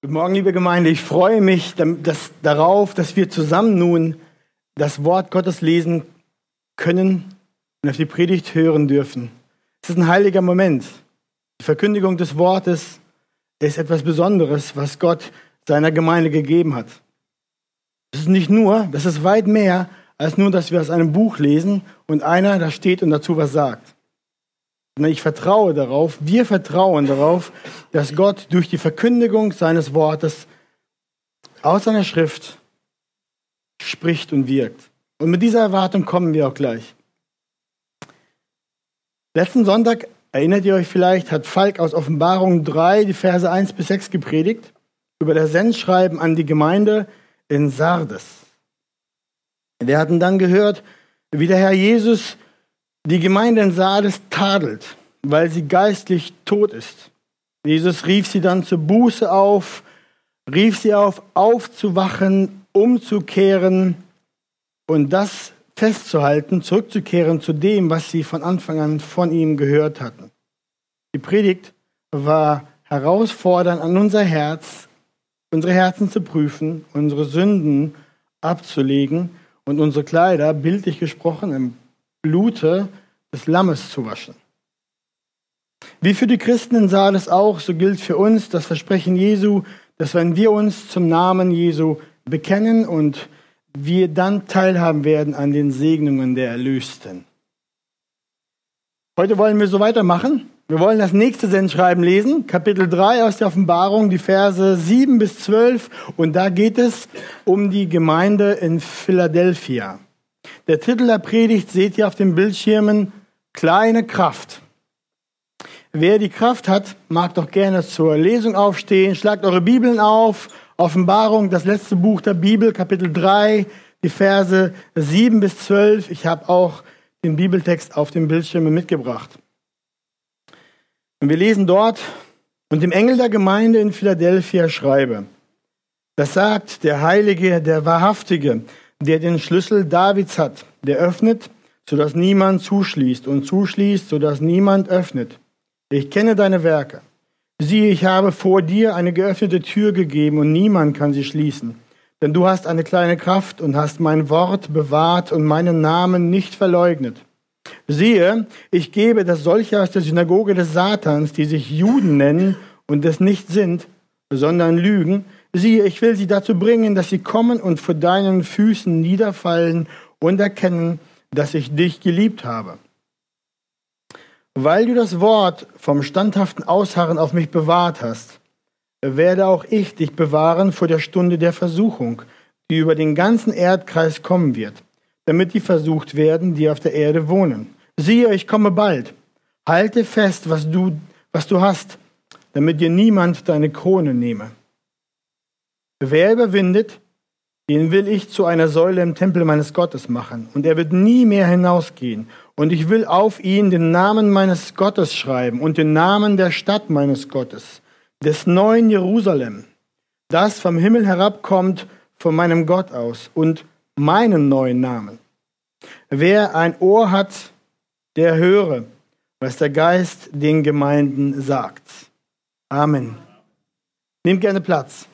Guten Morgen, liebe Gemeinde. Ich freue mich darauf, dass wir zusammen nun das Wort Gottes lesen können und auf die Predigt hören dürfen. Es ist ein heiliger Moment. Die Verkündigung des Wortes ist etwas Besonderes, was Gott seiner Gemeinde gegeben hat. Das ist weit mehr als nur, dass wir aus einem Buch lesen und einer da steht und dazu was sagt. Wir vertrauen darauf, dass Gott durch die Verkündigung seines Wortes aus seiner Schrift spricht und wirkt. Und mit dieser Erwartung kommen wir auch gleich. Letzten Sonntag, erinnert ihr euch vielleicht, hat Falk aus Offenbarung 3, die Verse 1 bis 6 gepredigt, über das Sendschreiben an die Gemeinde in Sardes. Wir hatten dann gehört, wie der Herr Jesus die Gemeinde in Sardes tadelt, weil sie geistlich tot ist. Jesus rief sie dann zur Buße auf, aufzuwachen, umzukehren und das festzuhalten, zurückzukehren zu dem, was sie von Anfang an von ihm gehört hatten. Die Predigt war herausfordernd an unser Herz, unsere Herzen zu prüfen, unsere Sünden abzulegen und unsere Kleider, bildlich gesprochen, im Blute des Lammes zu waschen. Wie für die Christen in Sardes auch, so gilt für uns das Versprechen Jesu, dass wenn wir uns zum Namen Jesu bekennen und wir dann teilhaben werden an den Segnungen der Erlösten. Heute wollen wir so weitermachen. Wir wollen das nächste Sendschreiben lesen, Kapitel 3 aus der Offenbarung, die Verse 7 bis 12. Und da geht es um die Gemeinde in Philadelphia. Der Titel der Predigt seht ihr auf den Bildschirmen, Kleine Kraft. Wer die Kraft hat, mag doch gerne zur Lesung aufstehen. Schlagt eure Bibeln auf. Offenbarung, das letzte Buch der Bibel, Kapitel 3, die Verse 7 bis 12. Ich habe auch den Bibeltext auf den Bildschirmen mitgebracht. Und wir lesen dort, und dem Engel der Gemeinde in Philadelphia schreibe, das sagt der Heilige, der Wahrhaftige, der den Schlüssel Davids hat, der öffnet, sodass niemand zuschließt und zuschließt, sodass niemand öffnet. Ich kenne deine Werke. Siehe, ich habe vor dir eine geöffnete Tür gegeben und niemand kann sie schließen. Denn du hast eine kleine Kraft und hast mein Wort bewahrt und meinen Namen nicht verleugnet. Siehe, ich gebe, dass solche aus der Synagoge des Satans, die sich Juden nennen und es nicht sind, sondern lügen, siehe, ich will sie dazu bringen, dass sie kommen und vor deinen Füßen niederfallen und erkennen, dass ich dich geliebt habe. Weil du das Wort vom standhaften Ausharren auf mich bewahrt hast, werde auch ich dich bewahren vor der Stunde der Versuchung, die über den ganzen Erdkreis kommen wird, damit die versucht werden, die auf der Erde wohnen. Siehe, ich komme bald. Halte fest, was du hast, damit dir niemand deine Krone nehme. Wer überwindet, den will ich zu einer Säule im Tempel meines Gottes machen, und er wird nie mehr hinausgehen. Und ich will auf ihn den Namen meines Gottes schreiben und den Namen der Stadt meines Gottes, des neuen Jerusalem, das vom Himmel herabkommt von meinem Gott aus, und meinen neuen Namen. Wer ein Ohr hat, der höre, was der Geist den Gemeinden sagt. Amen. Nehmt gerne Platz.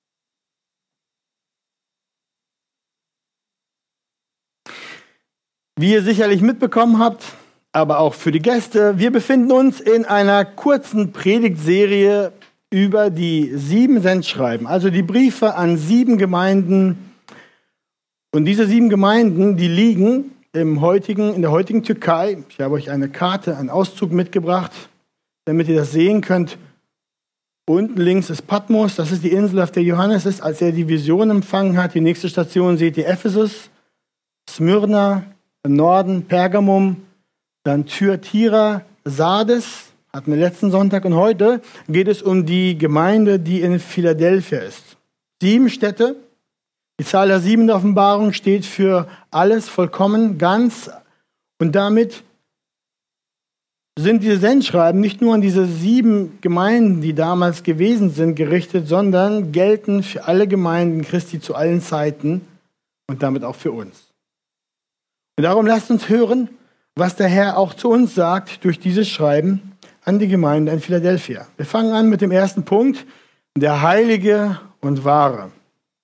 Wie ihr sicherlich mitbekommen habt, aber auch für die Gäste, wir befinden uns in einer kurzen Predigtserie über die 7 Sendschreiben, also die Briefe an 7 Gemeinden. Und diese 7 Gemeinden, die liegen in der heutigen Türkei. Ich habe euch eine Karte, einen Auszug mitgebracht, damit ihr das sehen könnt. Unten links ist Patmos, das ist die Insel, auf der Johannes ist, als er die Vision empfangen hat. Die nächste Station seht ihr Ephesus, Smyrna, im Norden Pergamum, dann Thyatira, Sardes, hatten wir letzten Sonntag, und heute geht es um die Gemeinde, die in Philadelphia ist. 7 Städte, die Zahl der 7 der Offenbarung steht für alles, vollkommen, ganz, und damit sind diese Sendschreiben nicht nur an diese 7 Gemeinden, die damals gewesen sind, gerichtet, sondern gelten für alle Gemeinden Christi zu allen Zeiten und damit auch für uns. Und darum lasst uns hören, was der Herr auch zu uns sagt durch dieses Schreiben an die Gemeinde in Philadelphia. Wir fangen an mit dem ersten Punkt. der Heilige und Wahre.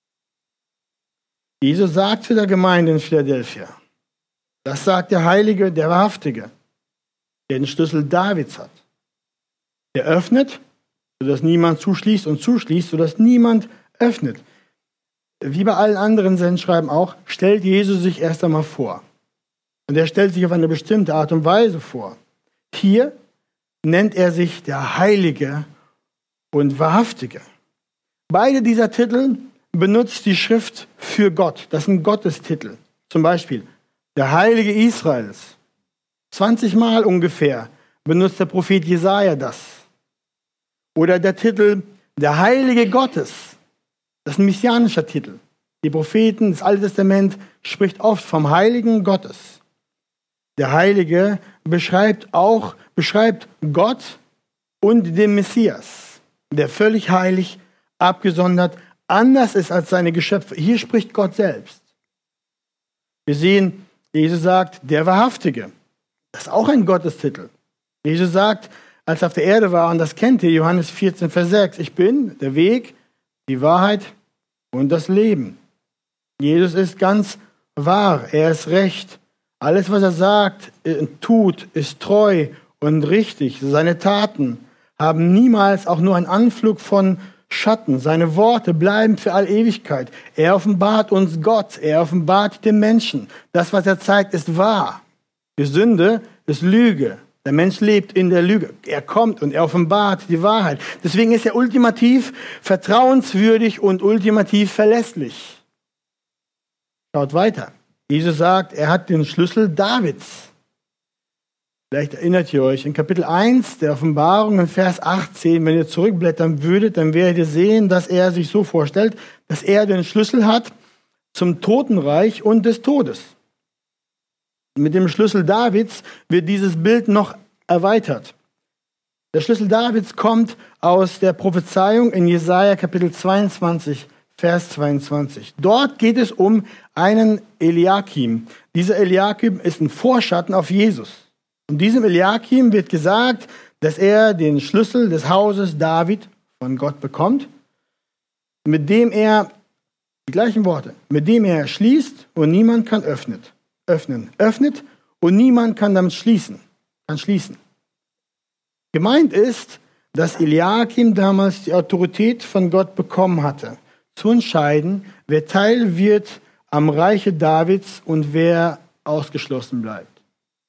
Jesus sagt zu der Gemeinde in Philadelphia, das sagt der Heilige, der Wahrhaftige, der den Schlüssel Davids hat. Der öffnet, sodass niemand zuschließt und zuschließt, sodass niemand öffnet. Wie bei allen anderen Sendschreiben auch, stellt Jesus sich erst einmal vor. Und er stellt sich auf eine bestimmte Art und Weise vor. Hier nennt er sich der Heilige und Wahrhaftige. Beide dieser Titel benutzt die Schrift für Gott. Das sind Gottestitel. Zum Beispiel der Heilige Israels. 20 Mal ungefähr benutzt der Prophet Jesaja das. Oder der Titel der Heilige Gottes. Das ist ein messianischer Titel. Die Propheten, das Alte Testament spricht oft vom Heiligen Gottes. Der Heilige beschreibt Gott und den Messias, der völlig heilig, abgesondert, anders ist als seine Geschöpfe. Hier spricht Gott selbst. Wir sehen, Jesus sagt, der Wahrhaftige. Das ist auch ein Gottestitel. Jesus sagt, als er auf der Erde war, und das kennt ihr, Johannes 14, Vers 6, ich bin der Weg, die Wahrheit und das Leben. Jesus ist ganz wahr, er ist recht. Alles, was er sagt, tut, ist treu und richtig. Seine Taten haben niemals auch nur einen Anflug von Schatten. Seine Worte bleiben für all Ewigkeit. Er offenbart uns Gott, er offenbart den Menschen. Das, was er zeigt, ist wahr. Die Sünde ist Lüge. Der Mensch lebt in der Lüge. Er kommt und er offenbart die Wahrheit. Deswegen ist er ultimativ vertrauenswürdig und ultimativ verlässlich. Schaut weiter. Jesus sagt, er hat den Schlüssel Davids. Vielleicht erinnert ihr euch, in Kapitel 1 der Offenbarung, in Vers 18, wenn ihr zurückblättern würdet, dann werdet ihr sehen, dass er sich so vorstellt, dass er den Schlüssel hat zum Totenreich und des Todes. Mit dem Schlüssel Davids wird dieses Bild noch erweitert. Der Schlüssel Davids kommt aus der Prophezeiung in Jesaja Kapitel 22, Vers 22. Dort geht es um einen Eliakim. Dieser Eliakim ist ein Vorschatten auf Jesus. Und diesem Eliakim wird gesagt, dass er den Schlüssel des Hauses David von Gott bekommt, mit dem er, die gleichen Worte, mit dem er schließt und niemand kann öffnen. Öffnet und niemand kann damit schließen. Gemeint ist, dass Eliakim damals die Autorität von Gott bekommen hatte, zu entscheiden, wer Teil wird am Reiche Davids und wer ausgeschlossen bleibt.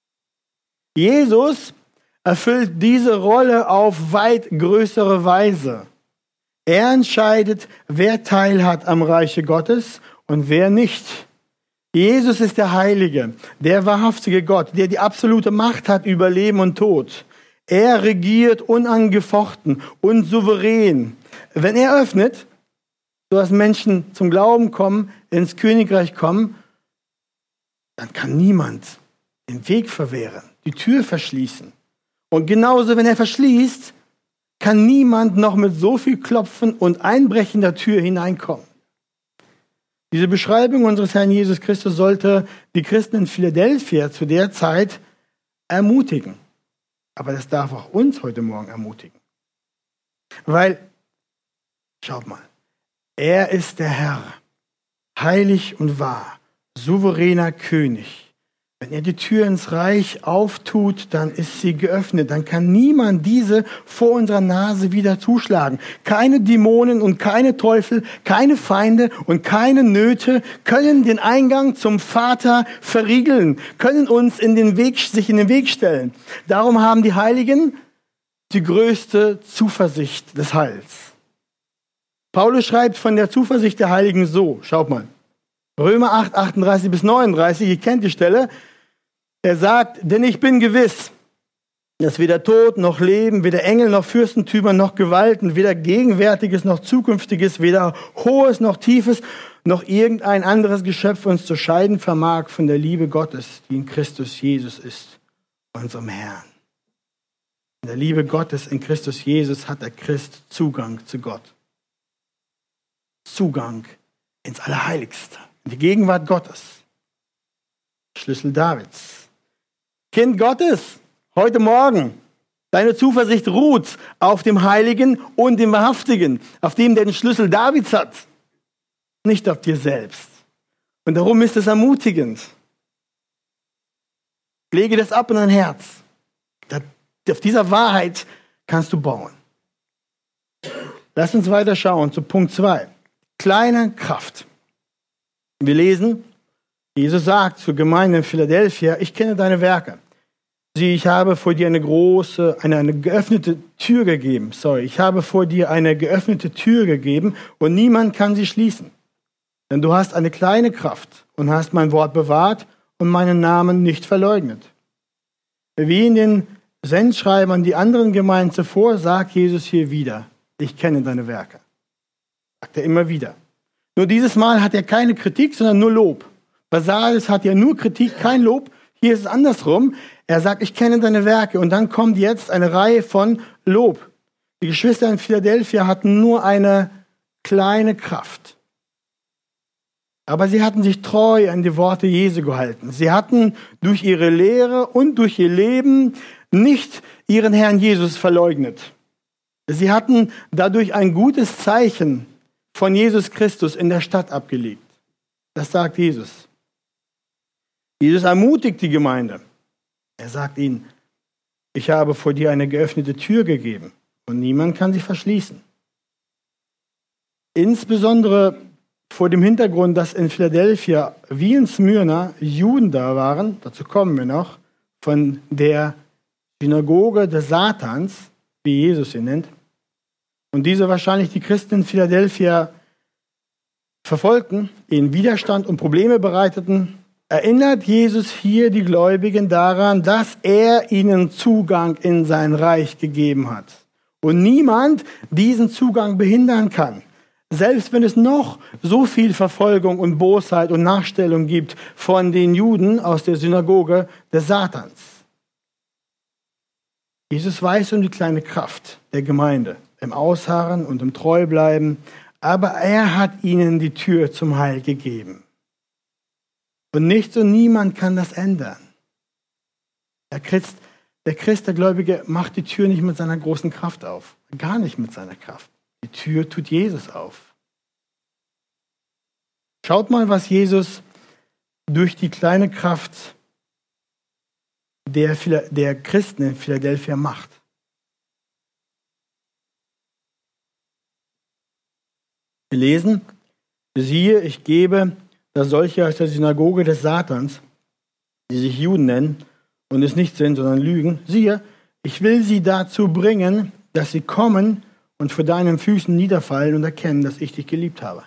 Jesus erfüllt diese Rolle auf weit größere Weise. Er entscheidet, wer Teil hat am Reiche Gottes und wer nicht. Jesus ist der Heilige, der wahrhaftige Gott, der die absolute Macht hat über Leben und Tod. Er regiert unangefochten und souverän. Wenn er öffnet, sodass Menschen zum Glauben kommen, ins Königreich kommen, dann kann niemand den Weg verwehren, die Tür verschließen. Und genauso, wenn er verschließt, kann niemand noch mit so viel Klopfen und Einbrechen der Tür hineinkommen. Diese Beschreibung unseres Herrn Jesus Christus sollte die Christen in Philadelphia zu der Zeit ermutigen. Aber das darf auch uns heute Morgen ermutigen. Weil, schaut mal, er ist der Herr, heilig und wahr, souveräner König. Wenn er die Tür ins Reich auftut, dann ist sie geöffnet. Dann kann niemand diese vor unserer Nase wieder zuschlagen. Keine Dämonen und keine Teufel, keine Feinde und keine Nöte können den Eingang zum Vater verriegeln, können uns sich in den Weg stellen. Darum haben die Heiligen die größte Zuversicht des Heils. Paulus schreibt von der Zuversicht der Heiligen so, schaut mal. Römer 8, 38 bis 39, ihr kennt die Stelle. Er sagt, denn ich bin gewiss, dass weder Tod noch Leben, weder Engel noch Fürstentümer noch Gewalten, weder Gegenwärtiges noch Zukünftiges, weder Hohes noch Tiefes, noch irgendein anderes Geschöpf uns zu scheiden vermag von der Liebe Gottes, die in Christus Jesus ist, unserem Herrn. In der Liebe Gottes in Christus Jesus hat der Christ Zugang zu Gott. Zugang ins Allerheiligste, in die Gegenwart Gottes. Schlüssel Davids. Kind Gottes, heute Morgen, Deine Zuversicht ruht auf dem Heiligen und dem Wahrhaftigen, auf dem, der den Schlüssel Davids hat, nicht auf dir selbst. Und darum ist es ermutigend. Lege das ab in dein Herz. Auf dieser Wahrheit kannst du bauen. Lass uns weiter schauen zu Punkt 2. Kleine Kraft. Wir lesen, Jesus sagt zur Gemeinde in Philadelphia, ich kenne deine Werke. Sieh, ich habe vor dir eine geöffnete Tür gegeben. Ich habe vor dir eine geöffnete Tür gegeben und niemand kann sie schließen. Denn du hast eine kleine Kraft und hast mein Wort bewahrt und meinen Namen nicht verleugnet. Wie in den Sendschreiben an die anderen Gemeinden zuvor, sagt Jesus hier wieder, ich kenne deine Werke. Sagt er immer wieder. Nur dieses Mal hat er keine Kritik, sondern nur Lob. Bei Sardes hat er nur Kritik, kein Lob. Hier ist es andersrum. Er sagt, ich kenne deine Werke. Und dann kommt jetzt eine Reihe von Lob. Die Geschwister in Philadelphia hatten nur eine kleine Kraft. Aber sie hatten sich treu an die Worte Jesu gehalten. Sie hatten durch ihre Lehre und durch ihr Leben nicht ihren Herrn Jesus verleugnet. Sie hatten dadurch ein gutes Zeichen von Jesus Christus in der Stadt abgelegt. Das sagt Jesus. Jesus ermutigt die Gemeinde. Er sagt ihnen, ich habe vor dir eine geöffnete Tür gegeben und niemand kann sie verschließen. Insbesondere vor dem Hintergrund, dass in Philadelphia wie in Smyrna Juden da waren, dazu kommen wir noch, von der Synagoge des Satans, wie Jesus sie nennt, und diese wahrscheinlich die Christen in Philadelphia verfolgten, ihnen Widerstand und Probleme bereiteten, erinnert Jesus hier die Gläubigen daran, dass er ihnen Zugang in sein Reich gegeben hat. Und niemand diesen Zugang behindern kann. Selbst wenn es noch so viel Verfolgung und Bosheit und Nachstellung gibt von den Juden aus der Synagoge des Satans. Jesus weiß um die kleine Kraft der Gemeinde, im Ausharren und im Treubleiben, aber er hat ihnen die Tür zum Heil gegeben. Und nichts und niemand kann das ändern. Der Gläubige, macht die Tür nicht mit seiner großen Kraft auf. Gar nicht mit seiner Kraft. Die Tür tut Jesus auf. Schaut mal, was Jesus durch die kleine Kraft der Christen in Philadelphia macht. Wir lesen, siehe, ich gebe, dass solche aus der Synagoge des Satans, die sich Juden nennen und es nicht sind, sondern lügen, siehe, ich will sie dazu bringen, dass sie kommen und vor deinen Füßen niederfallen und erkennen, dass ich dich geliebt habe.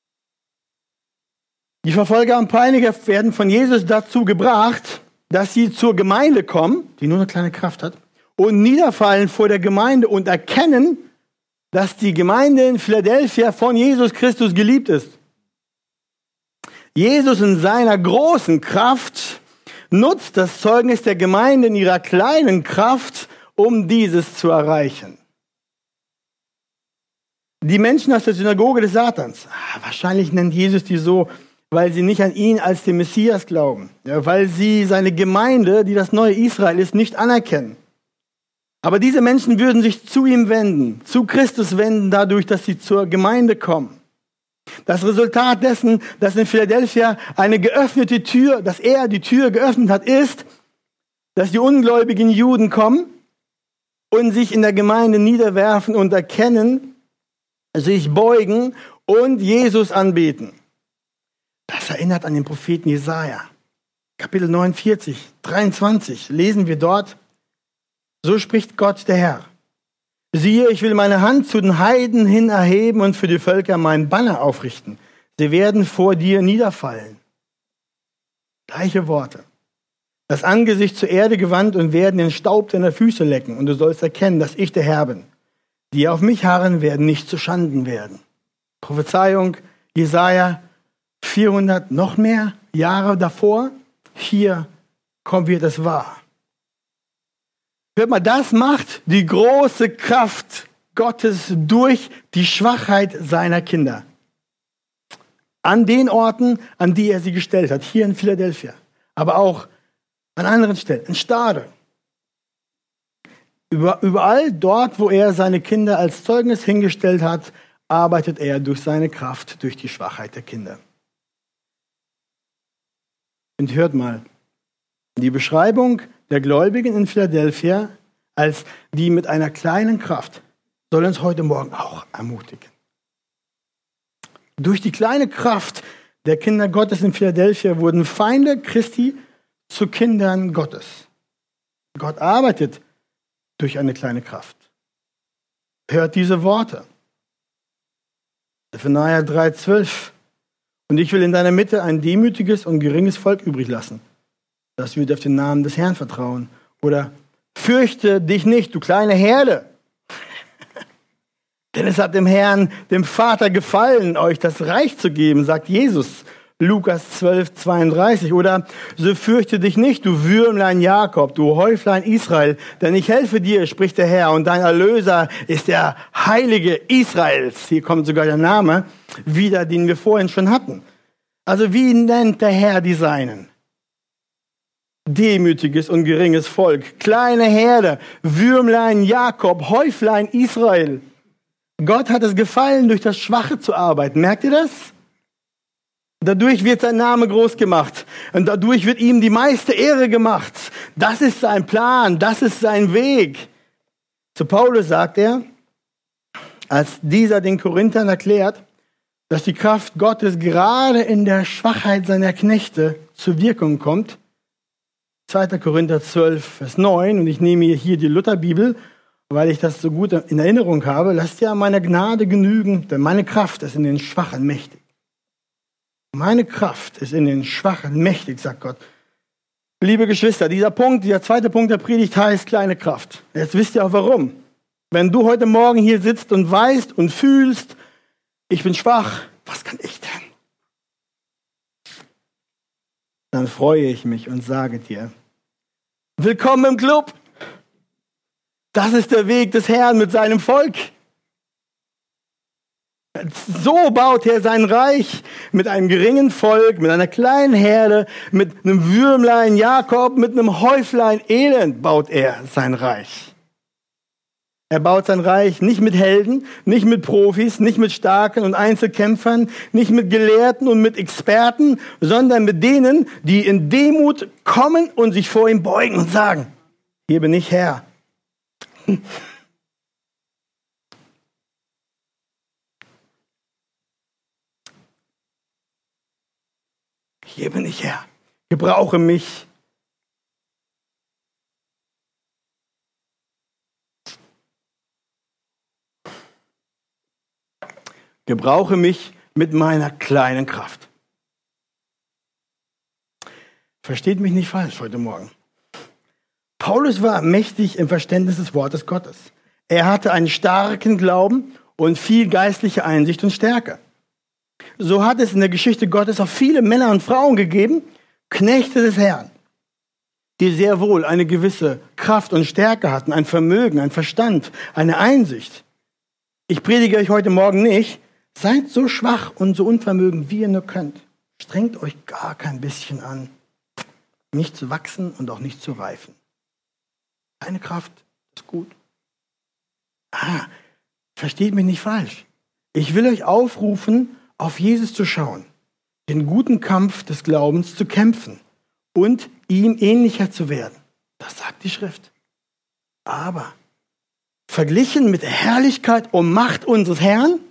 Die Verfolger und Peiniger werden von Jesus dazu gebracht, dass sie zur Gemeinde kommen, die nur eine kleine Kraft hat, und niederfallen vor der Gemeinde und erkennen, dass die Gemeinde in Philadelphia von Jesus Christus geliebt ist. Jesus in seiner großen Kraft nutzt das Zeugnis der Gemeinde in ihrer kleinen Kraft, um dieses zu erreichen. Die Menschen aus der Synagoge des Satans, wahrscheinlich nennt Jesus die so, weil sie nicht an ihn als den Messias glauben, weil sie seine Gemeinde, die das neue Israel ist, nicht anerkennen. Aber diese Menschen würden sich zu ihm wenden, zu Christus wenden, dadurch, dass sie zur Gemeinde kommen. Das Resultat dessen, dass in Philadelphia eine geöffnete Tür, dass er die Tür geöffnet hat, ist, dass die ungläubigen Juden kommen und sich in der Gemeinde niederwerfen und erkennen, sich beugen und Jesus anbeten. Das erinnert an den Propheten Jesaja. Kapitel 49, 23 lesen wir dort, so spricht Gott der Herr. Siehe, ich will meine Hand zu den Heiden hin erheben und für die Völker meinen Banner aufrichten. Sie werden vor dir niederfallen. Gleiche Worte. Das Angesicht zur Erde gewandt und werden den Staub deiner Füße lecken. Und du sollst erkennen, dass ich der Herr bin. Die auf mich harren, werden nicht zu Schanden werden. Prophezeiung Jesaja 400 noch mehr Jahre davor. Hier wird es wahr. Hört mal, das macht die große Kraft Gottes durch die Schwachheit seiner Kinder. An den Orten, an die er sie gestellt hat. Hier in Philadelphia. Aber auch an anderen Stellen. In Stade. Überall dort, wo er seine Kinder als Zeugnis hingestellt hat, arbeitet er durch seine Kraft, durch die Schwachheit der Kinder. Und hört mal, die Beschreibung der Gläubigen in Philadelphia als die mit einer kleinen Kraft soll uns heute Morgen auch ermutigen. Durch die kleine Kraft der Kinder Gottes in Philadelphia wurden Feinde Christi zu Kindern Gottes. Gott arbeitet durch eine kleine Kraft. Hört diese Worte. Zephaniah 3,12. Und ich will in deiner Mitte ein demütiges und geringes Volk übrig lassen. Das wird auf den Namen des Herrn vertrauen. Oder fürchte dich nicht, du kleine Herde. Denn es hat dem Herrn, dem Vater gefallen, euch das Reich zu geben, sagt Jesus. Lukas 12,32. Oder so fürchte dich nicht, du Würmlein Jakob, du Häuflein Israel, denn ich helfe dir, spricht der Herr, und dein Erlöser ist der Heilige Israels. Hier kommt sogar der Name wieder, den wir vorhin schon hatten. Also wie nennt der Herr die Seinen? Demütiges und geringes Volk, kleine Herde, Würmlein Jakob, Häuflein Israel. Gott hat es gefallen, durch das Schwache zu arbeiten. Merkt ihr das? Dadurch wird sein Name groß gemacht und dadurch wird ihm die meiste Ehre gemacht. Das ist sein Plan, das ist sein Weg. Zu Paulus sagt er, als dieser den Korinthern erklärt, dass die Kraft Gottes gerade in der Schwachheit seiner Knechte zur Wirkung kommt. 2. Korinther 12, Vers 9, und ich nehme hier die Lutherbibel, weil ich das so gut in Erinnerung habe. Lasst dir an meiner Gnade genügen, denn meine Kraft ist in den Schwachen mächtig. Meine Kraft ist in den Schwachen mächtig, sagt Gott. Liebe Geschwister, dieser zweite Punkt der Predigt heißt kleine Kraft. Jetzt wisst ihr auch warum. Wenn du heute Morgen hier sitzt und weißt und fühlst, ich bin schwach, was kann ich denn? Dann freue ich mich und sage dir, willkommen im Club. Das ist der Weg des Herrn mit seinem Volk. So baut er sein Reich mit einem geringen Volk, mit einer kleinen Herde, mit einem Würmlein Jakob, mit einem Häuflein Elend baut er sein Reich. Er baut sein Reich nicht mit Helden, nicht mit Profis, nicht mit Starken und Einzelkämpfern, nicht mit Gelehrten und mit Experten, sondern mit denen, die in Demut kommen und sich vor ihm beugen und sagen, hier bin ich Herr. Hier bin ich Herr. Gebrauche mich. Gebrauche mich mit meiner kleinen Kraft. Versteht mich nicht falsch heute Morgen. Paulus war mächtig im Verständnis des Wortes Gottes. Er hatte einen starken Glauben und viel geistliche Einsicht und Stärke. So hat es in der Geschichte Gottes auch viele Männer und Frauen gegeben, Knechte des Herrn, die sehr wohl eine gewisse Kraft und Stärke hatten, ein Vermögen, ein Verstand, eine Einsicht. Ich predige euch heute Morgen nicht, seid so schwach und so unvermögend, wie ihr nur könnt. Strengt euch gar kein bisschen an, nicht zu wachsen und auch nicht zu reifen. Keine Kraft ist gut. Versteht mich nicht falsch. Ich will euch aufrufen, auf Jesus zu schauen, den guten Kampf des Glaubens zu kämpfen und ihm ähnlicher zu werden. Das sagt die Schrift. Aber verglichen mit der Herrlichkeit und Macht unseres Herrn,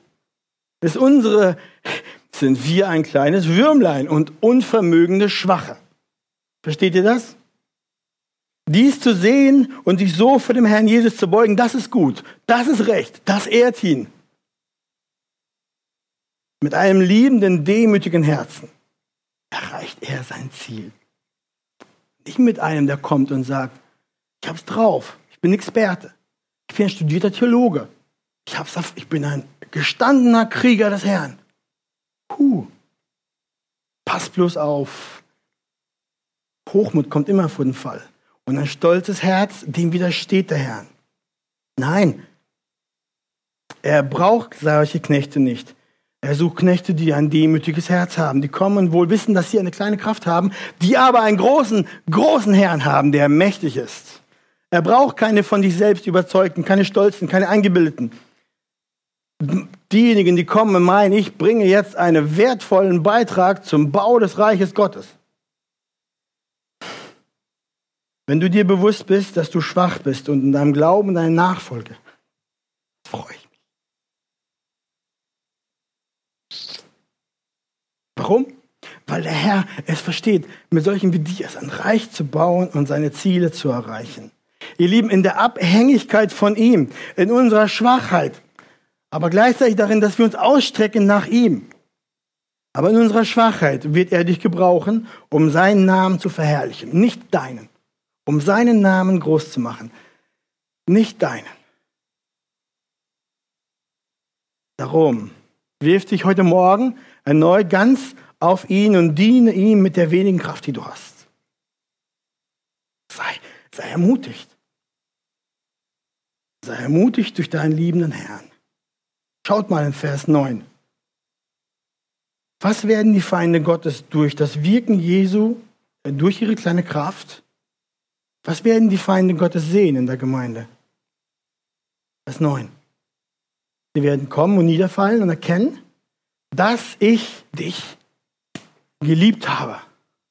sind wir ein kleines Würmlein und unvermögende Schwache. Versteht ihr das? Dies zu sehen und sich so vor dem Herrn Jesus zu beugen, das ist gut, das ist recht, das ehrt ihn. Mit einem liebenden, demütigen Herzen erreicht er sein Ziel. Nicht mit einem, der kommt und sagt, ich hab's drauf, ich bin Experte, ich bin ein studierter Theologe, ich bin ein gestandener Krieger des Herrn. Pass bloß auf. Hochmut kommt immer vor den Fall. Und ein stolzes Herz, dem widersteht der Herr. Nein, er braucht solche Knechte nicht. Er sucht Knechte, die ein demütiges Herz haben, die kommen und wohl wissen, dass sie eine kleine Kraft haben, die aber einen großen, großen Herrn haben, der mächtig ist. Er braucht keine von sich selbst Überzeugten, keine Stolzen, keine Eingebildeten. Diejenigen, die kommen und meinen, ich bringe jetzt einen wertvollen Beitrag zum Bau des Reiches Gottes. Wenn du dir bewusst bist, dass du schwach bist und in deinem Glauben und deiner Nachfolge, freue ich mich. Warum? Weil der Herr es versteht, mit solchen wie dir ein Reich zu bauen und seine Ziele zu erreichen. Ihr Lieben, in der Abhängigkeit von ihm, in unserer Schwachheit, aber gleichzeitig darin, dass wir uns ausstrecken nach ihm. Aber in unserer Schwachheit wird er dich gebrauchen, um seinen Namen zu verherrlichen, nicht deinen. Um seinen Namen groß zu machen, nicht deinen. Darum wirf dich heute Morgen erneut ganz auf ihn und diene ihm mit der wenigen Kraft, die du hast. Sei ermutigt. Sei ermutigt durch deinen liebenden Herrn. Schaut mal in Vers 9. Was werden die Feinde Gottes durch das Wirken Jesu, durch ihre kleine Kraft? Was werden die Feinde Gottes sehen in der Gemeinde? Vers 9. Sie werden kommen und niederfallen und erkennen, dass ich dich geliebt habe.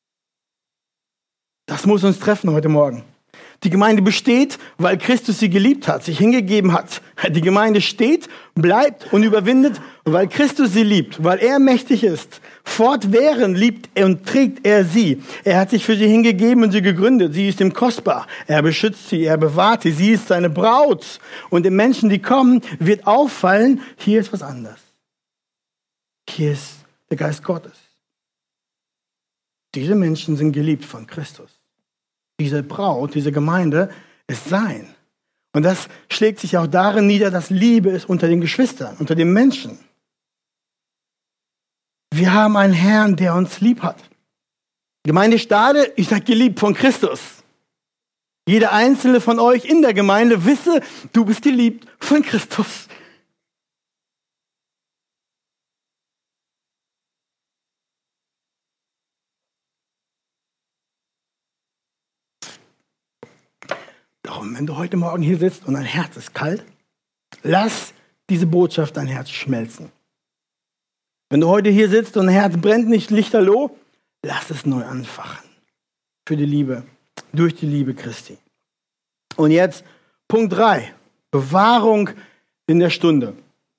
Das muss uns treffen heute Morgen. Die Gemeinde besteht, weil Christus sie geliebt hat, sich hingegeben hat. Die Gemeinde steht, bleibt und überwindet, weil Christus sie liebt, weil er mächtig ist. Fortwährend liebt und trägt er sie. Er hat sich für sie hingegeben und sie gegründet. Sie ist ihm kostbar. Er beschützt sie, er bewahrt sie. Sie ist seine Braut. Und den Menschen, die kommen, wird auffallen, hier ist was anderes. Hier ist der Geist Gottes. Diese Menschen sind geliebt von Christus. Diese Braut, diese Gemeinde ist sein. Und das schlägt sich auch darin nieder, dass Liebe ist unter den Geschwistern, unter den Menschen. Wir haben einen Herrn, der uns lieb hat. Gemeinde Stade, ich sage geliebt von Christus. Jeder einzelne von euch in der Gemeinde wisse, du bist geliebt von Christus. Darum, wenn du heute Morgen hier sitzt und dein Herz ist kalt, lass diese Botschaft dein Herz schmelzen. Wenn du heute hier sitzt und dein Herz brennt nicht lichterloh, lass es neu anfachen. Für die Liebe, durch die Liebe Christi. Und jetzt Punkt 3, Bewahrung in der Stunde.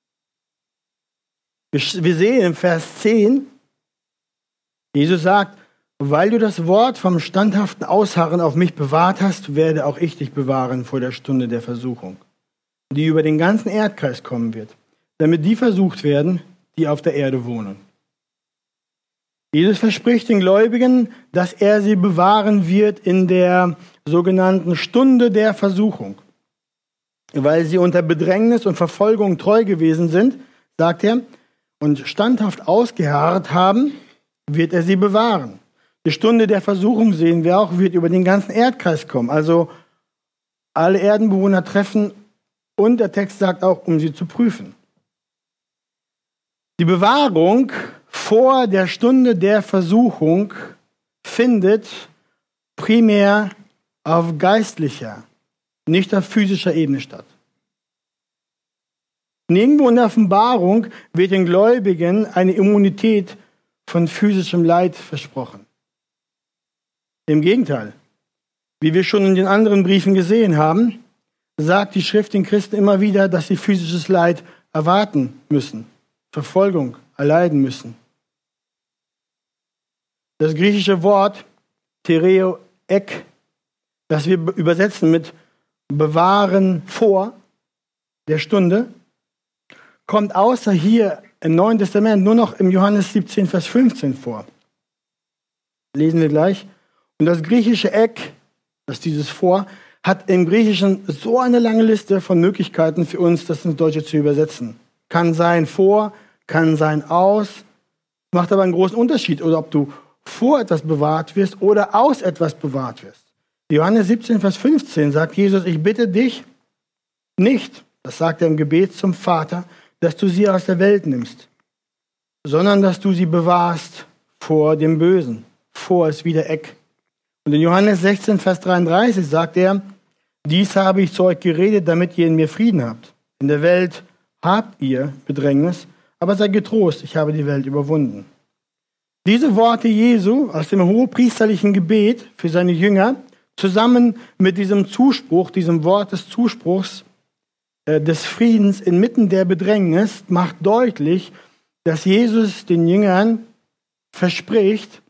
Wir sehen im Vers 10, Jesus sagt, weil du das Wort vom standhaften Ausharren auf mich bewahrt hast, werde auch ich dich bewahren vor der Stunde der Versuchung, die über den ganzen Erdkreis kommen wird, damit die versucht werden, die auf der Erde wohnen. Jesus verspricht den Gläubigen, dass er sie bewahren wird in der sogenannten Stunde der Versuchung. Weil sie unter Bedrängnis und Verfolgung treu gewesen sind, sagt er, und standhaft ausgeharrt haben, wird er sie bewahren. Die Stunde der Versuchung, sehen wir auch, wird über den ganzen Erdkreis kommen. Also alle Erdenbewohner treffen und der Text sagt auch, um sie zu prüfen. Die Bewahrung vor der Stunde der Versuchung findet primär auf geistlicher, nicht auf physischer Ebene statt. Nirgendwo in der Offenbarung wird den Gläubigen eine Immunität von physischem Leid versprochen. Im Gegenteil, wie wir schon in den anderen Briefen gesehen haben, sagt die Schrift den Christen immer wieder, dass sie physisches Leid erwarten müssen, Verfolgung erleiden müssen. Das griechische Wort Tereo ek, das wir übersetzen mit bewahren vor der Stunde, kommt außer hier im Neuen Testament nur noch im Johannes 17, Vers 15 vor. Lesen wir gleich. Und das griechische Ek, das dieses vor, hat im Griechischen so eine lange Liste von Möglichkeiten für uns, das ins Deutsche zu übersetzen. Kann sein vor, kann sein aus, macht aber einen großen Unterschied, oder ob du vor etwas bewahrt wirst oder aus etwas bewahrt wirst. Johannes 17, Vers 15 sagt Jesus, ich bitte dich nicht, das sagt er im Gebet zum Vater, dass du sie aus der Welt nimmst, sondern dass du sie bewahrst vor dem Bösen. Vor ist wieder Eck. Und in Johannes 16, Vers 33 sagt er, Dies habe ich zu euch geredet, damit ihr in mir Frieden habt. In der Welt habt ihr Bedrängnis, aber seid getrost, ich habe die Welt überwunden. Diese Worte Jesu aus dem hohepriesterlichen Gebet für seine Jünger, zusammen mit diesem Zuspruch, diesem Wort des Zuspruchs, des Friedens inmitten der Bedrängnis, macht deutlich, dass Jesus den Jüngern verspricht,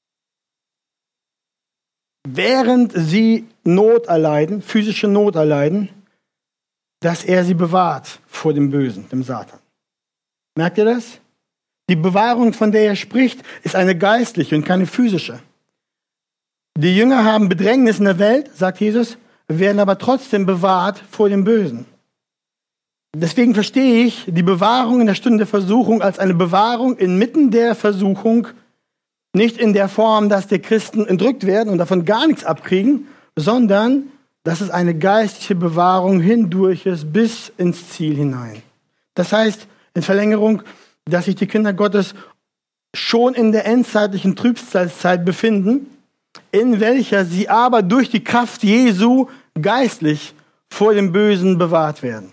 während sie Not erleiden, physische Not erleiden, dass er sie bewahrt vor dem Bösen, dem Satan. Merkt ihr das? Die Bewahrung, von der er spricht, ist eine geistliche und keine physische. Die Jünger haben Bedrängnis in der Welt, sagt Jesus, werden aber trotzdem bewahrt vor dem Bösen. Deswegen verstehe ich die Bewahrung in der Stunde der Versuchung als eine Bewahrung inmitten der Versuchung, nicht in der Form, dass die Christen entrückt werden und davon gar nichts abkriegen, sondern dass es eine geistliche Bewahrung hindurch ist bis ins Ziel hinein. Das heißt, in Verlängerung, dass sich die Kinder Gottes schon in der endzeitlichen Trübsalzeit befinden, in welcher sie aber durch die Kraft Jesu geistlich vor dem Bösen bewahrt werden.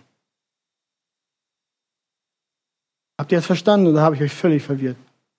Habt ihr das verstanden oder habe ich euch völlig verwirrt?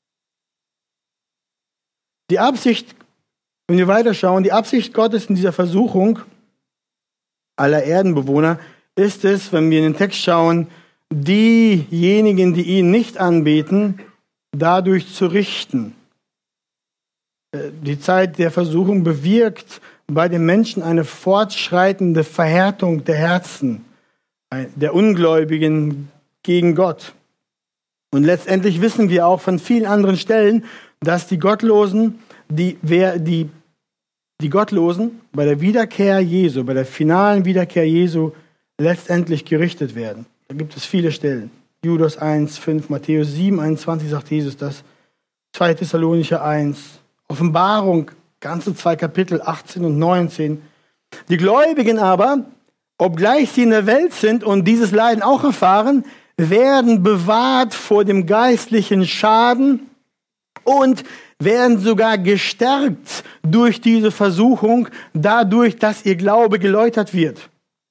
Die Absicht, wenn wir weiterschauen, die Absicht Gottes in dieser Versuchung aller Erdenbewohner ist es, wenn wir in den Text schauen, diejenigen, die ihn nicht anbeten, dadurch zu richten. Die Zeit der Versuchung bewirkt bei den Menschen eine fortschreitende Verhärtung der Herzen der Ungläubigen gegen Gott. Und letztendlich wissen wir auch von vielen anderen Stellen, dass die Gottlosen, die Gottlosen bei der Wiederkehr Jesu, bei der finalen Wiederkehr Jesu letztendlich gerichtet werden. Da gibt es viele Stellen. Judas 1, 5, Matthäus 7, 21 sagt Jesus das. 2 Thessalonicher 1, Offenbarung, ganze 2 Kapitel, 18 und 19. Die Gläubigen aber, obgleich sie in der Welt sind und dieses Leiden auch erfahren, werden bewahrt vor dem geistlichen Schaden und werden sogar gestärkt durch diese Versuchung, dadurch, dass ihr Glaube geläutert wird.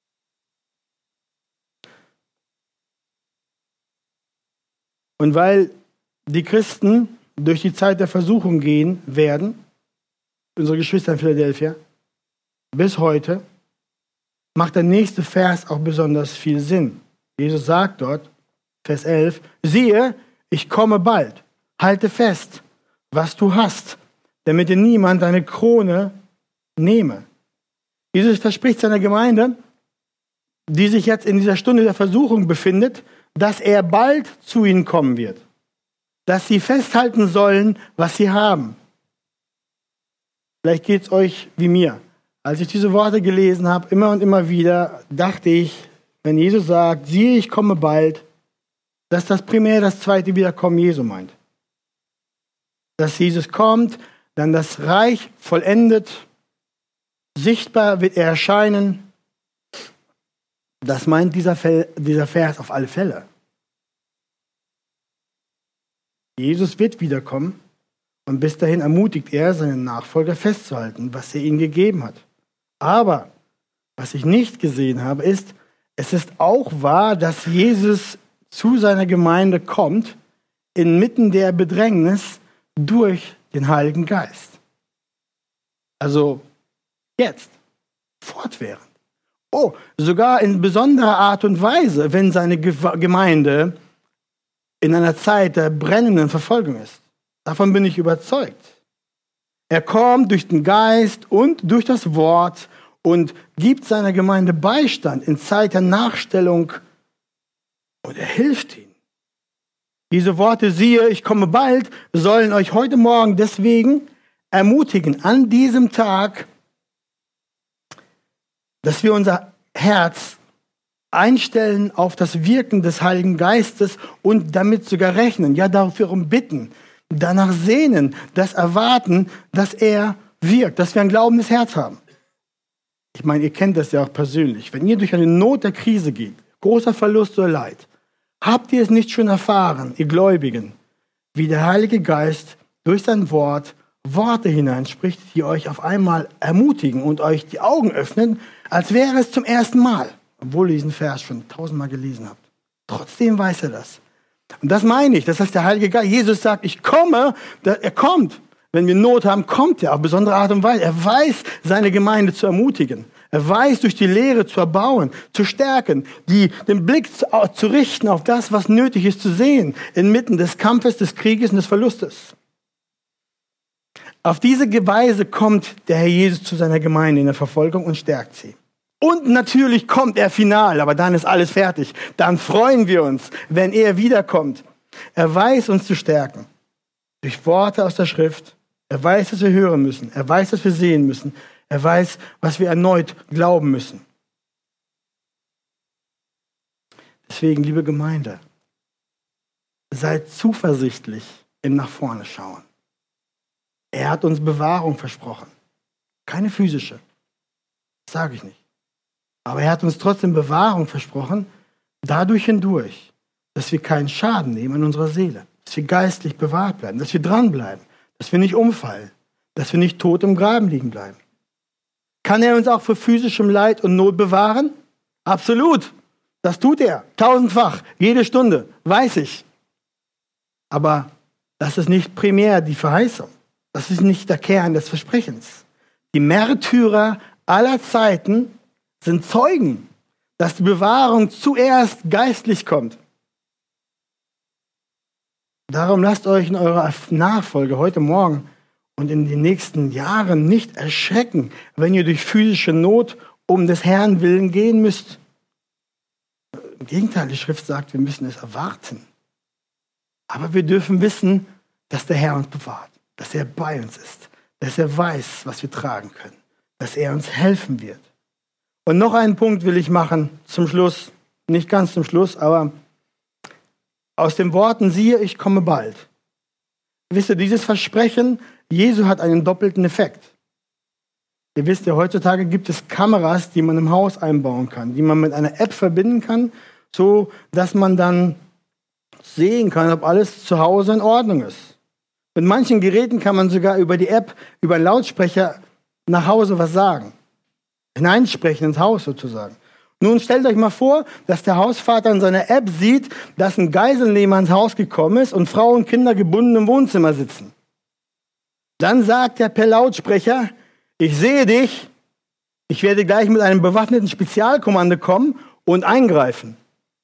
Und weil die Christen durch die Zeit der Versuchung gehen werden, unsere Geschwister in Philadelphia, bis heute, macht der nächste Vers auch besonders viel Sinn. Jesus sagt dort, Vers 11, siehe, ich komme bald, halte fest, was du hast, damit dir niemand deine Krone nehme. Jesus verspricht seiner Gemeinde, die sich jetzt in dieser Stunde der Versuchung befindet, dass er bald zu ihnen kommen wird. Dass sie festhalten sollen, was sie haben. Vielleicht geht es euch wie mir. Als ich diese Worte gelesen habe, immer und immer wieder, dachte ich, wenn Jesus sagt, siehe, ich komme bald, dass das primär das zweite Wiederkommen Jesu meint. Dass Jesus kommt, dann das Reich vollendet, sichtbar wird er erscheinen. Das meint dieser Vers auf alle Fälle. Jesus wird wiederkommen und bis dahin ermutigt er, seinen Nachfolger festzuhalten, was er ihnen gegeben hat. Aber was ich nicht gesehen habe, ist, es ist auch wahr, dass Jesus zu seiner Gemeinde kommt, inmitten der Bedrängnis durch den Heiligen Geist. Also jetzt, fortwährend. Oh, sogar in besonderer Art und Weise, wenn seine Gemeinde in einer Zeit der brennenden Verfolgung ist. Davon bin ich überzeugt. Er kommt durch den Geist und durch das Wort und gibt seiner Gemeinde Beistand in Zeit der Nachstellung und er hilft ihnen. Diese Worte, siehe, ich komme bald, sollen euch heute Morgen deswegen ermutigen, an diesem Tag, dass wir unser Herz einstellen auf das Wirken des Heiligen Geistes und damit sogar rechnen, ja darum bitten, danach sehnen, das erwarten, dass er wirkt, dass wir ein glaubendes Herz haben. Ich meine, ihr kennt das ja auch persönlich. Wenn ihr durch eine Not der Krise geht, großer Verlust oder Leid, habt ihr es nicht schon erfahren, ihr Gläubigen, wie der Heilige Geist durch sein Wort Worte hineinspricht, die euch auf einmal ermutigen und euch die Augen öffnen, als wäre es zum ersten Mal, obwohl ihr diesen Vers schon 1000-mal gelesen habt. Trotzdem weiß er das. Und das meine ich, das heißt der Heilige Geist. Jesus sagt, ich komme, er kommt. Wenn wir Not haben, kommt er auf besondere Art und Weise. Er weiß, seine Gemeinde zu ermutigen. Er weiß, durch die Lehre zu erbauen, zu stärken, den Blick zu richten auf das, was nötig ist zu sehen, inmitten des Kampfes, des Krieges und des Verlustes. Auf diese Weise kommt der Herr Jesus zu seiner Gemeinde in der Verfolgung und stärkt sie. Und natürlich kommt er final, aber dann ist alles fertig. Dann freuen wir uns, wenn er wiederkommt. Er weiß, uns zu stärken. Durch Worte aus der Schrift. Er weiß, dass wir hören müssen. Er weiß, dass wir sehen müssen. Er weiß, was wir erneut glauben müssen. Deswegen, liebe Gemeinde, seid zuversichtlich im Nach vorne schauen. Er hat uns Bewahrung versprochen. Keine physische. Das sage ich nicht. Aber er hat uns trotzdem Bewahrung versprochen, dadurch hindurch, dass wir keinen Schaden nehmen in unserer Seele. Dass wir geistlich bewahrt bleiben, dass wir dranbleiben, dass wir nicht umfallen, dass wir nicht tot im Graben liegen bleiben. Kann er uns auch vor physischem Leid und Not bewahren? Absolut. Das tut er. 1000-fach. Jede Stunde. Weiß ich. Aber das ist nicht primär die Verheißung. Das ist nicht der Kern des Versprechens. Die Märtyrer aller Zeiten sind Zeugen, dass die Bewahrung zuerst geistlich kommt. Darum lasst euch in eurer Nachfolge heute Morgen und in den nächsten Jahren nicht erschrecken, wenn ihr durch physische Not um des Herrn willen gehen müsst. Im Gegenteil, die Schrift sagt, wir müssen es erwarten. Aber wir dürfen wissen, dass der Herr uns bewahrt, dass er bei uns ist, dass er weiß, was wir tragen können, dass er uns helfen wird. Und noch einen Punkt will ich machen zum Schluss, nicht ganz zum Schluss, aber aus den Worten, siehe, ich komme bald. Wisst ihr, dieses Versprechen, Jesu hat einen doppelten Effekt. Ihr wisst ja, heutzutage gibt es Kameras, die man im Haus einbauen kann, die man mit einer App verbinden kann, so dass man dann sehen kann, ob alles zu Hause in Ordnung ist. Mit manchen Geräten kann man sogar über die App, über einen Lautsprecher nach Hause was sagen. Hineinsprechen ins Haus sozusagen. Nun stellt euch mal vor, dass der Hausvater in seiner App sieht, dass ein Geiselnehmer ins Haus gekommen ist und Frau und Kinder gebunden im Wohnzimmer sitzen. Dann sagt er per Lautsprecher, ich sehe dich, ich werde gleich mit einem bewaffneten Spezialkommando kommen und eingreifen.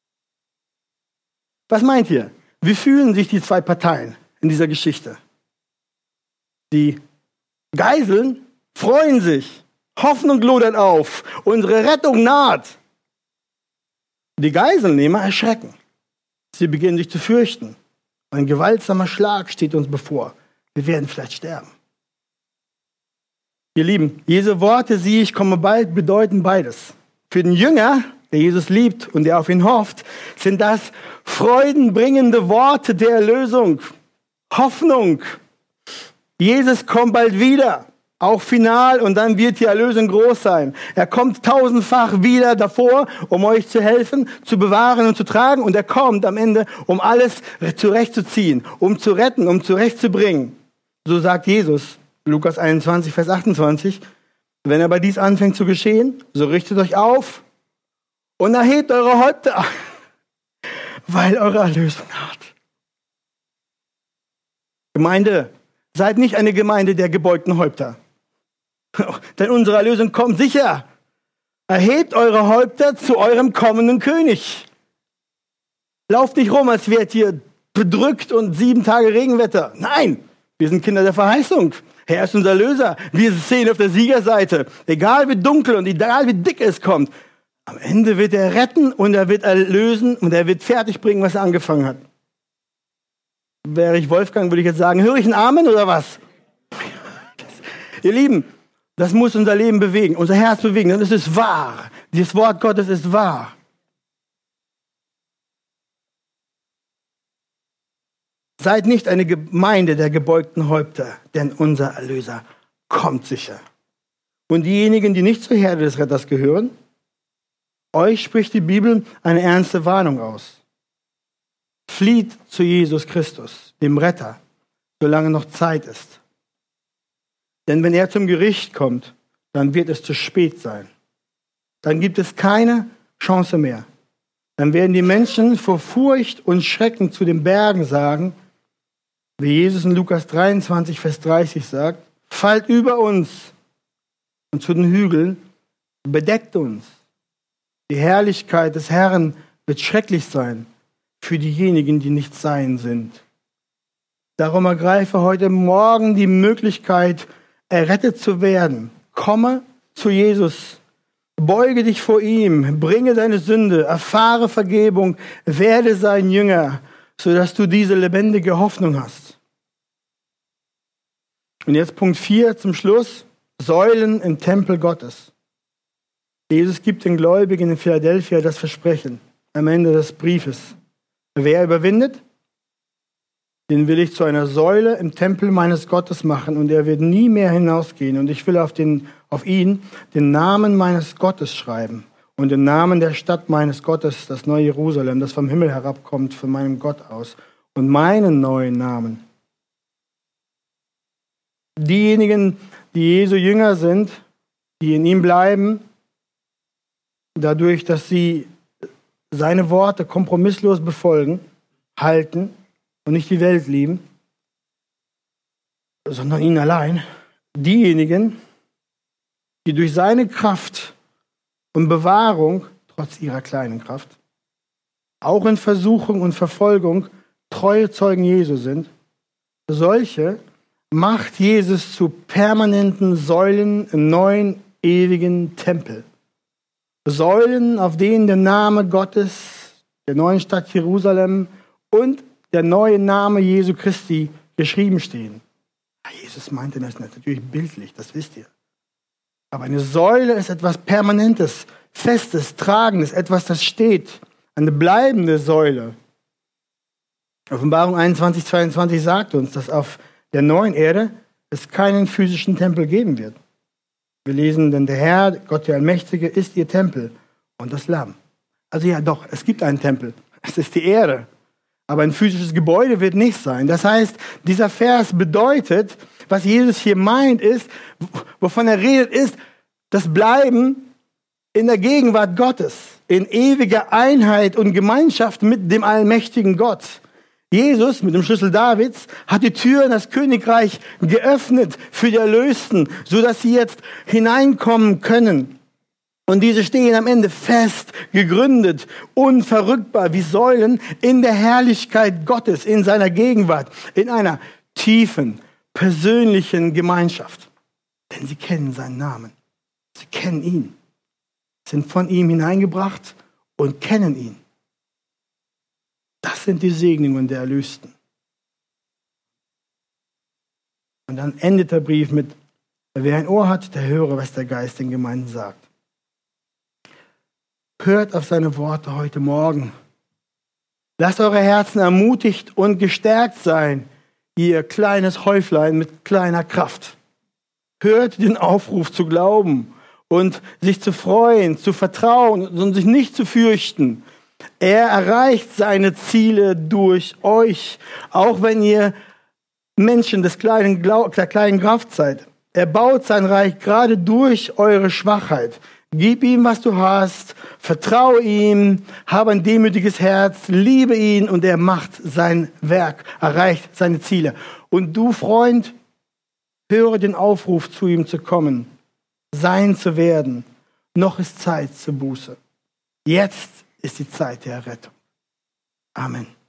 Was meint ihr? Wie fühlen sich die zwei Parteien in dieser Geschichte? Die Geiseln freuen sich. Hoffnung lodert auf. Unsere Rettung naht. Die Geiselnehmer erschrecken. Sie beginnen sich zu fürchten. Ein gewaltsamer Schlag steht uns bevor. Wir werden vielleicht sterben. Ihr Lieben, Jesu Worte, siehe, ich komme bald, bedeuten beides. Für den Jünger, der Jesus liebt und der auf ihn hofft, sind das freudenbringende Worte der Erlösung. Hoffnung. Jesus kommt bald wieder. Auch final, und dann wird die Erlösung groß sein. Er kommt 1000-fach wieder davor, um euch zu helfen, zu bewahren und zu tragen. Und er kommt am Ende, um alles zurechtzuziehen, um zu retten, um zurechtzubringen. So sagt Jesus, Lukas 21, Vers 28. Wenn aber dies anfängt zu geschehen, so richtet euch auf und erhebt eure Häupter, weil eure Erlösung naht. Gemeinde, seid nicht eine Gemeinde der gebeugten Häupter. Denn unsere Erlösung kommt sicher. Erhebt eure Häupter zu eurem kommenden König. Lauft nicht rum, als wärt ihr bedrückt und 7 Tage Regenwetter. Nein, wir sind Kinder der Verheißung. Herr ist unser Erlöser. Wir stehen auf der Siegerseite. Egal wie dunkel und egal wie dick es kommt. Am Ende wird er retten und er wird erlösen und er wird fertigbringen, was er angefangen hat. Wäre ich Wolfgang, würde ich jetzt sagen, höre ich ein Amen oder was? Ihr Lieben, das muss unser Leben bewegen, unser Herz bewegen, denn es ist wahr. Dieses Wort Gottes ist wahr. Seid nicht eine Gemeinde der gebeugten Häupter, denn unser Erlöser kommt sicher. Und diejenigen, die nicht zur Herde des Retters gehören, euch spricht die Bibel eine ernste Warnung aus. Flieht zu Jesus Christus, dem Retter, solange noch Zeit ist. Denn wenn er zum Gericht kommt, dann wird es zu spät sein. Dann gibt es keine Chance mehr. Dann werden die Menschen vor Furcht und Schrecken zu den Bergen sagen, wie Jesus in Lukas 23, Vers 30 sagt, fallt über uns und zu den Hügeln, bedeckt uns. Die Herrlichkeit des Herrn wird schrecklich sein für diejenigen, die nicht sein sind. Darum ergreife heute Morgen die Möglichkeit, errettet zu werden. Komme zu Jesus. Beuge dich vor ihm, bringe deine Sünde, erfahre Vergebung, werde sein Jünger, sodass du diese lebendige Hoffnung hast. Und jetzt Punkt 4 zum Schluss, Säulen im Tempel Gottes. Jesus gibt den Gläubigen in Philadelphia das Versprechen am Ende des Briefes. Wer überwindet, den will ich zu einer Säule im Tempel meines Gottes machen und er wird nie mehr hinausgehen. Und ich will auf ihn den Namen meines Gottes schreiben und den Namen der Stadt meines Gottes, das neue Jerusalem, das vom Himmel herabkommt von meinem Gott aus, und meinen neuen Namen. Diejenigen, die Jesu Jünger sind, die in ihm bleiben, dadurch, dass sie seine Worte kompromisslos befolgen, halten und nicht die Welt lieben, sondern ihn allein. Diejenigen, die durch seine Kraft und Bewahrung, trotz ihrer kleinen Kraft, auch in Versuchung und Verfolgung treue Zeugen Jesu sind, solche macht Jesus zu permanenten Säulen im neuen, ewigen Tempel. Säulen, auf denen der Name Gottes, der neuen Stadt Jerusalem und der neue Name Jesu Christi geschrieben stehen. Jesus meinte das natürlich bildlich, das wisst ihr. Aber eine Säule ist etwas Permanentes, Festes, Tragendes, etwas, das steht. Eine bleibende Säule. Offenbarung 21, 22 sagt uns, dass auf der neuen Erde es keinen physischen Tempel geben wird. Wir lesen, denn der Herr, Gott der Allmächtige, ist ihr Tempel und das Lamm. Also ja doch, es gibt einen Tempel. Es ist die Erde. Aber ein physisches Gebäude wird nicht sein. Das heißt, dieser Vers bedeutet, was Jesus hier meint ist, wovon er redet, ist das Bleiben in der Gegenwart Gottes, in ewiger Einheit und Gemeinschaft mit dem allmächtigen Gott. Jesus mit dem Schlüssel Davids hat die Tür in das Königreich geöffnet für die Erlösten, sodass sie jetzt hineinkommen können. Und diese stehen am Ende fest, gegründet, unverrückbar wie Säulen in der Herrlichkeit Gottes, in seiner Gegenwart, in einer tiefen, persönlichen Gemeinschaft. Denn sie kennen seinen Namen. Sie kennen ihn, sind von ihm hineingebracht und kennen ihn. Das sind die Segnungen der Erlösten. Und dann endet der Brief mit, wer ein Ohr hat, der höre, was der Geist den Gemeinden sagt. Hört auf seine Worte heute Morgen. Lasst eure Herzen ermutigt und gestärkt sein, ihr kleines Häuflein mit kleiner Kraft. Hört den Aufruf zu glauben und sich zu freuen, zu vertrauen und sich nicht zu fürchten. Er erreicht seine Ziele durch euch, auch wenn ihr Menschen der kleinen Kraft seid. Er baut sein Reich gerade durch eure Schwachheit. Gib ihm, was du hast, vertraue ihm, habe ein demütiges Herz, liebe ihn und er macht sein Werk, erreicht seine Ziele. Und du, Freund, höre den Aufruf, zu ihm zu kommen, sein zu werden. Noch ist Zeit zur Buße. Jetzt ist die Zeit der Errettung. Amen.